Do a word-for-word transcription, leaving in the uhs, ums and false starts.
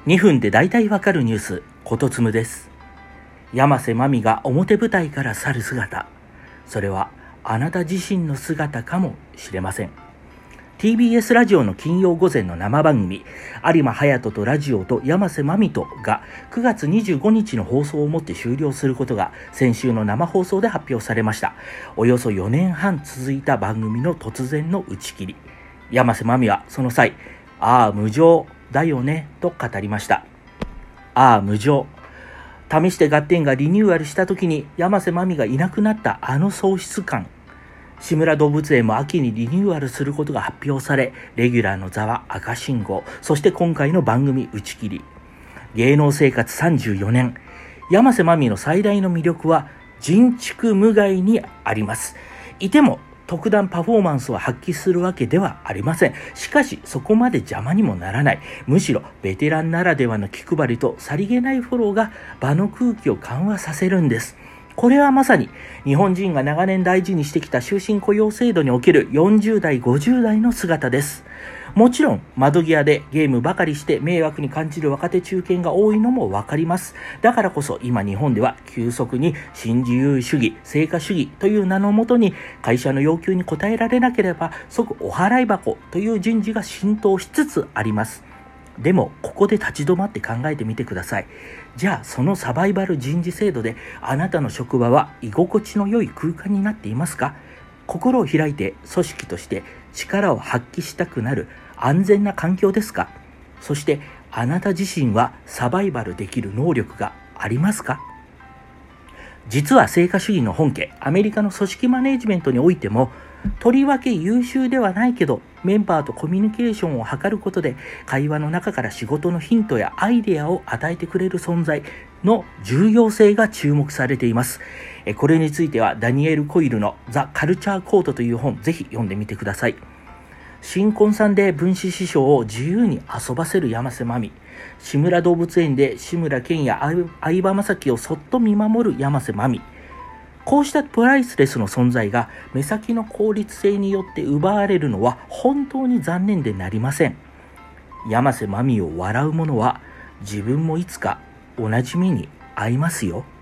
にふんで大体わかるニュース、ことつむです。山瀬まみが表舞台から去る姿、それはあなた自身の姿かもしれません。ティービーエス ラジオの金曜午前の生番組、有馬隼人とラジオと山瀬まみとがくがつにじゅうごにちの放送をもって終了することが先週の生放送で発表されました。およそよねんはん続いた番組の突然の打ち切り。山瀬まみはその際、ああ無情だよねと語りました。ああ無情。試してガッテンがリニューアルした時に山瀬まみがいなくなったあの喪失感。志村動物園も秋にリニューアルすることが発表され、レギュラーの座は赤信号、そして今回の番組打ち切り。芸能生活さんじゅうよねん、山瀬まみの最大の魅力は人畜無害にあります。いても特段パフォーマンスを発揮するわけではありません。しかしそこまで邪魔にもならない。むしろベテランならではの気配りとさりげないフォローが場の空気を緩和させるんです。これはまさに日本人が長年大事にしてきた終身雇用制度におけるよんじゅうだいごじゅうだいの姿です。もちろん窓際でゲームばかりして迷惑に感じる若手中堅が多いのもわかります。だからこそ今日本では急速に新自由主義、成果主義という名のもとに会社の要求に応えられなければ即お払い箱という人事が浸透しつつあります。でもここで立ち止まって考えてみてください。じゃあそのサバイバル人事制度であなたの職場は居心地の良い空間になっていますか？心を開いて組織として力を発揮したくなる安全な環境ですか？そしてあなた自身はサバイバルできる能力がありますか？実は成果主義の本家アメリカの組織マネジメントにおいても、とりわけ優秀ではないけどメンバーとコミュニケーションを図ることで会話の中から仕事のヒントやアイデアを与えてくれる存在の重要性が注目されています。これについてはダニエル・コイルのザ・カルチャー・コードという本、ぜひ読んでみてください。新婚さんで分子師匠を自由に遊ばせる山瀬まみ、志村動物園で志村けんや相葉雅紀をそっと見守る山瀬まみ、こうしたプライスレスの存在が目先の効率性によって奪われるのは本当に残念でなりません。山瀬まみを笑う者は自分もいつか同じ目に遭いますよ。